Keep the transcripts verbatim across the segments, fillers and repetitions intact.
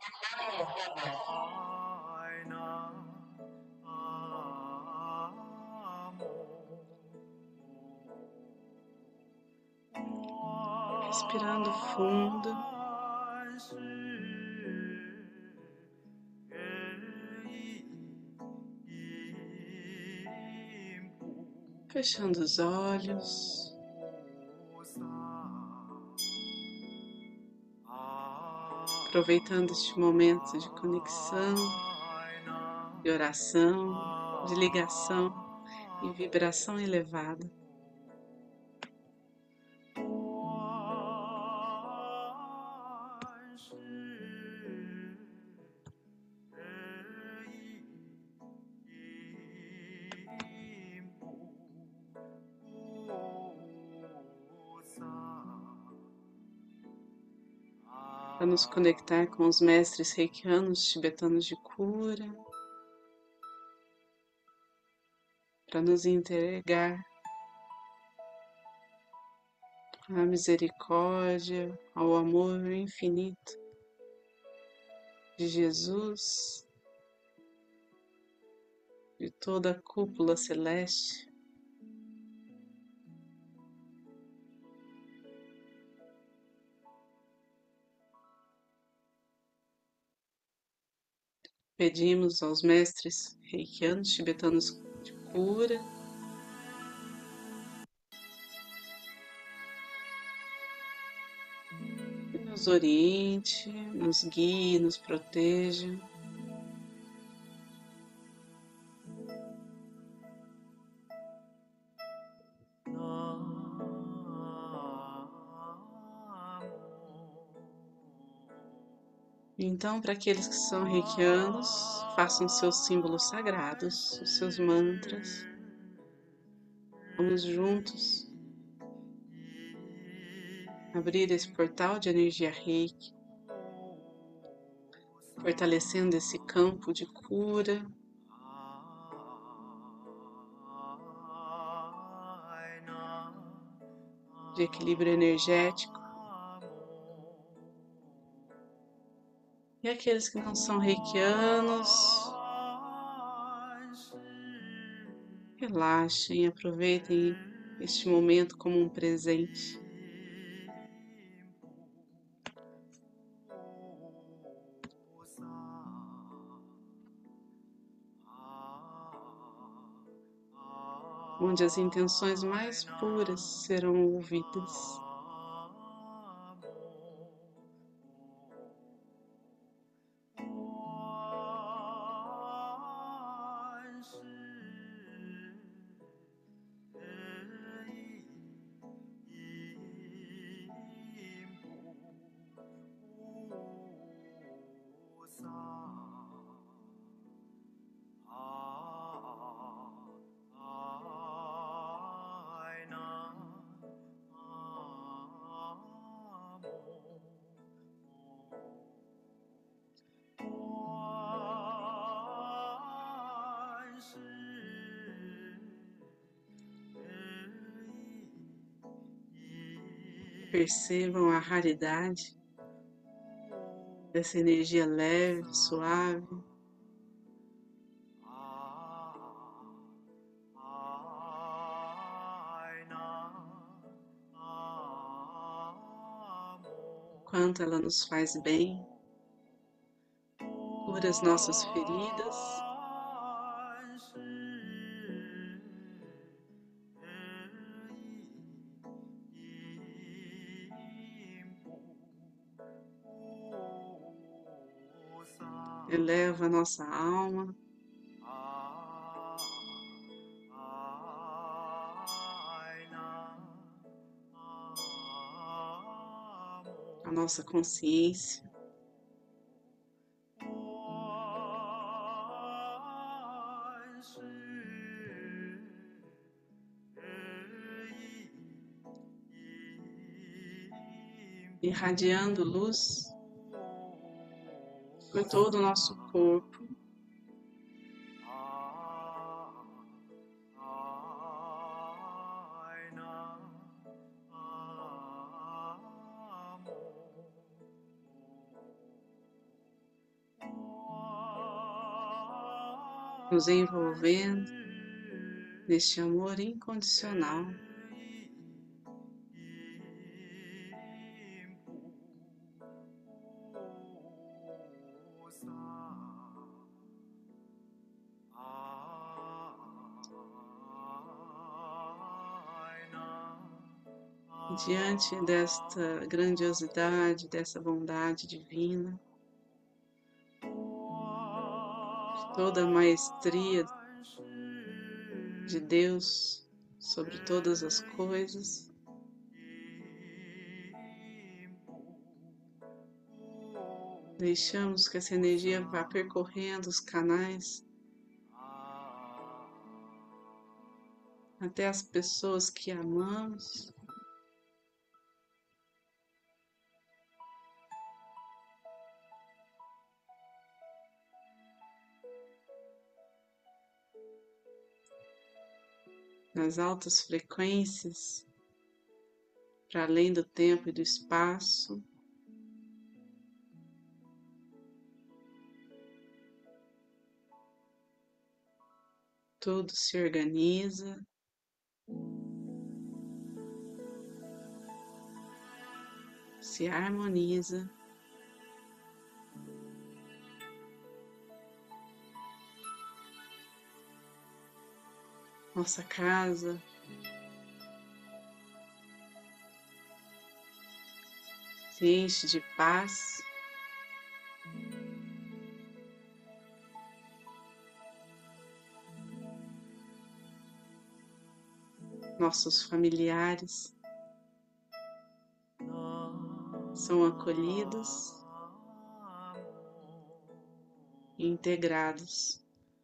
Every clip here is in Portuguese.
Respirando fundo, fechando os olhos, aproveitando este momento de conexão, de oração, de ligação e vibração elevada. Para nos conectar com os mestres reikianos tibetanos de cura, para nos entregar à misericórdia, ao amor infinito de Jesus, de toda a cúpula celeste. Pedimos aos mestres reikianos tibetanos de cura que nos oriente, nos guie, nos proteja. Então, para aqueles que são reikianos, façam seus símbolos sagrados, os seus mantras. Vamos juntos abrir esse portal de energia reiki, fortalecendo esse campo de cura, de equilíbrio energético. E aqueles que não são reikianos, relaxem, aproveitem este momento como um presente. Onde as intenções mais puras serão ouvidas. Percebam a raridade dessa energia leve, suave. Quanto ela nos faz bem, cura as nossas feridas. Eleva a nossa alma. A nossa consciência. Irradiando luz por todo o nosso corpo. nos envolvendo neste amor incondicional. Diante desta grandiosidade, dessa bondade divina, toda a maestria de Deus sobre todas as coisas, deixamos que essa energia vá percorrendo os canais até as pessoas que amamos, nas altas frequências, para além do tempo e do espaço. Tudo se organiza, se harmoniza. Nossa casa se enche de paz. Nossos familiares são acolhidos e integrados.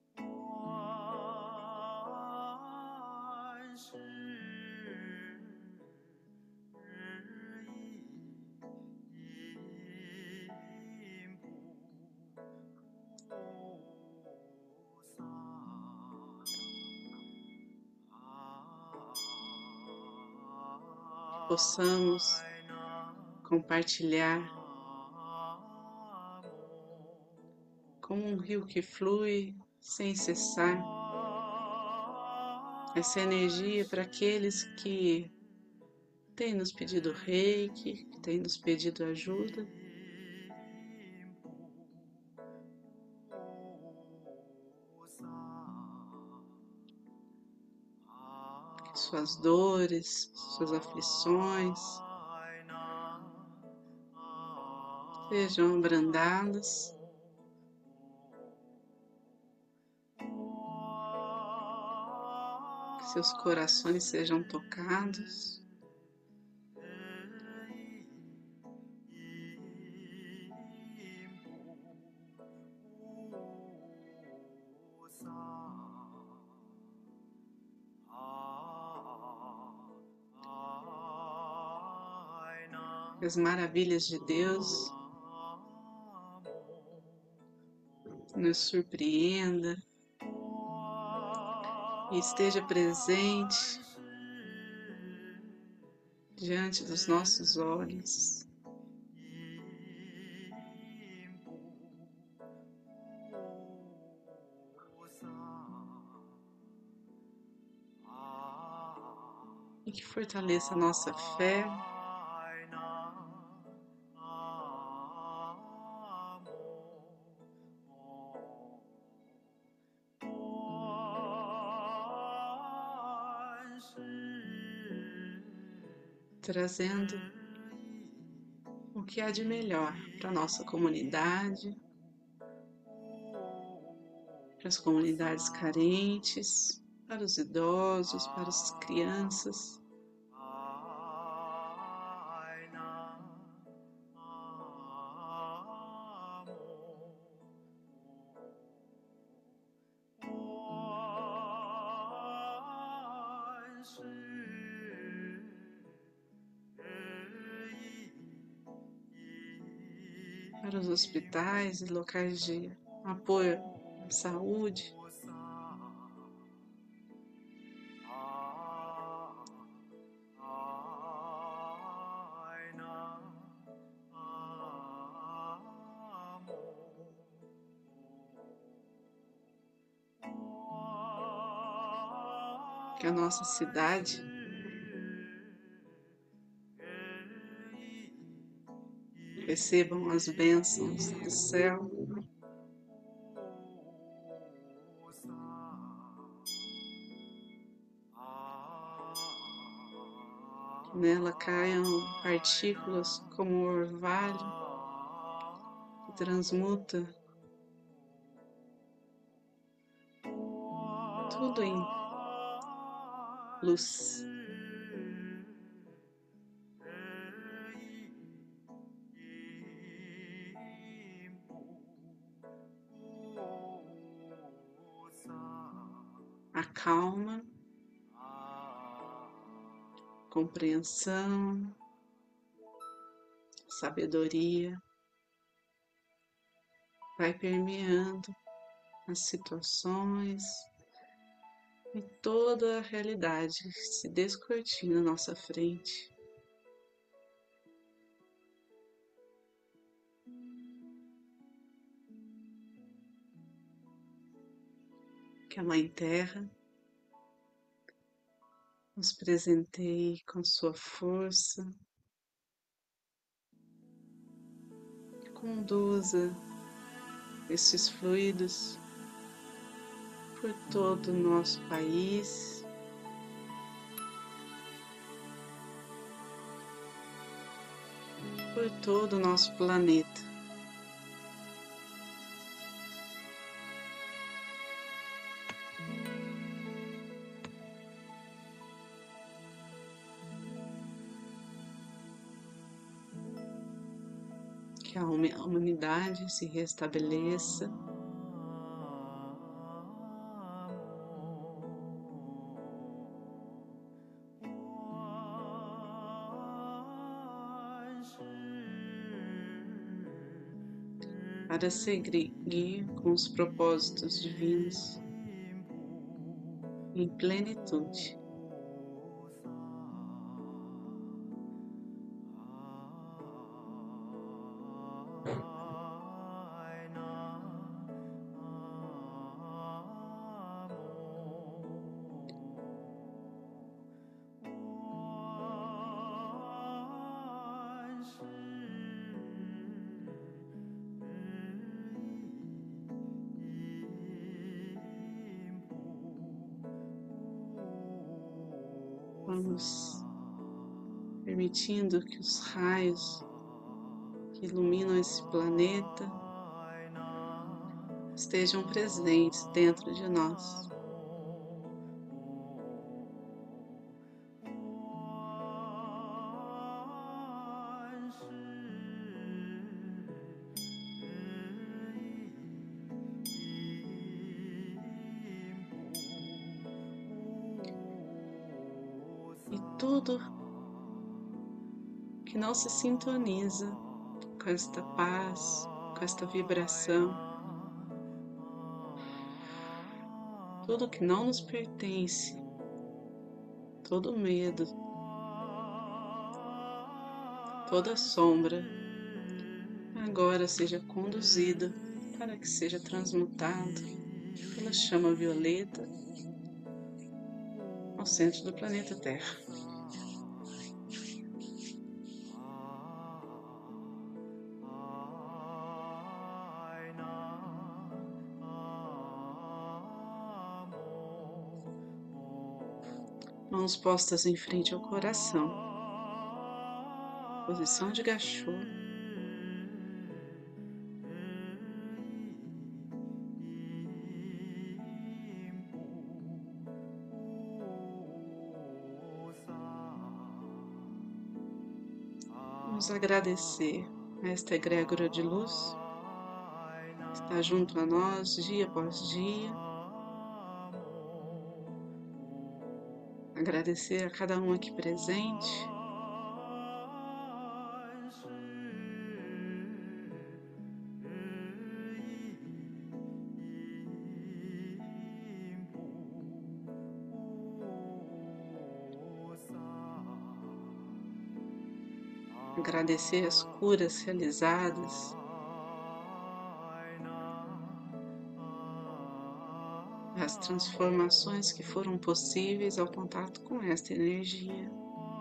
Possamos compartilhar como um rio que flui sem cessar essa energia para aqueles que têm nos pedido reiki, que têm nos pedido ajuda, que suas dores, suas aflições sejam abrandadas, que seus corações sejam tocados. Que as maravilhas de Deus nos surpreenda e esteja presente diante dos nossos olhos. E que fortaleça a nossa fé, trazendo o que há de melhor para a nossa comunidade, para as comunidades carentes, para os idosos, para as crianças. Para os hospitais e locais de apoio à saúde, que a nossa cidade recebam as bênçãos do céu, que nela caiam partículas como o orvalho que transmuta tudo em luz. A calma, compreensão, sabedoria vai permeando as situações e toda a realidade se descortina à nossa frente. Que a Mãe Terra nos presenteie com sua força, que conduza esses fluidos por todo o nosso país, por todo o nosso planeta. Que a humanidade se restabeleça, para seguir com os propósitos divinos em plenitude. Vamos permitindo que os raios que iluminam esse planeta estejam presentes dentro de nós. E tudo que não se sintoniza com esta paz, com esta vibração, tudo que não nos pertence, todo medo, toda sombra, agora seja conduzido para que seja transmutado pela chama violeta ao centro do planeta Terra. Mãos postas em frente ao coração, posição de Gachô. Vamos agradecer a esta egrégora de luz que está junto a nós dia após dia. Agradecer a cada um aqui presente. Agradecer as curas realizadas, as transformações que foram possíveis ao contato com esta energia.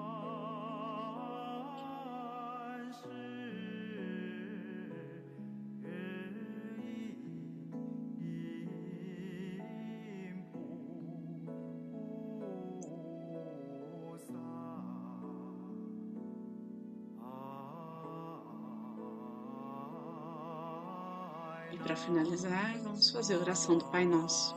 E para finalizar, vamos fazer a oração do Pai Nosso.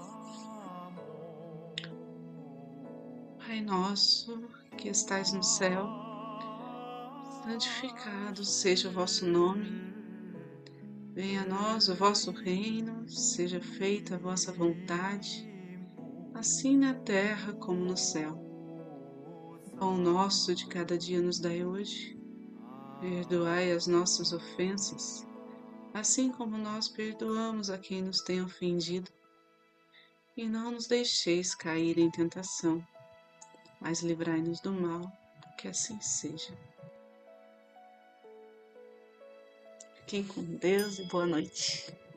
Pai nosso, que estais no céu, santificado seja o vosso nome. Venha a nós o vosso reino, seja feita a vossa vontade, assim na terra como no céu. Pão nosso de cada dia nos dai hoje. Perdoai as nossas ofensas, assim como nós perdoamos a quem nos tem ofendido. E não nos deixeis cair em tentação, mas livrai-nos do mal, que assim seja. Fiquem com Deus e boa noite.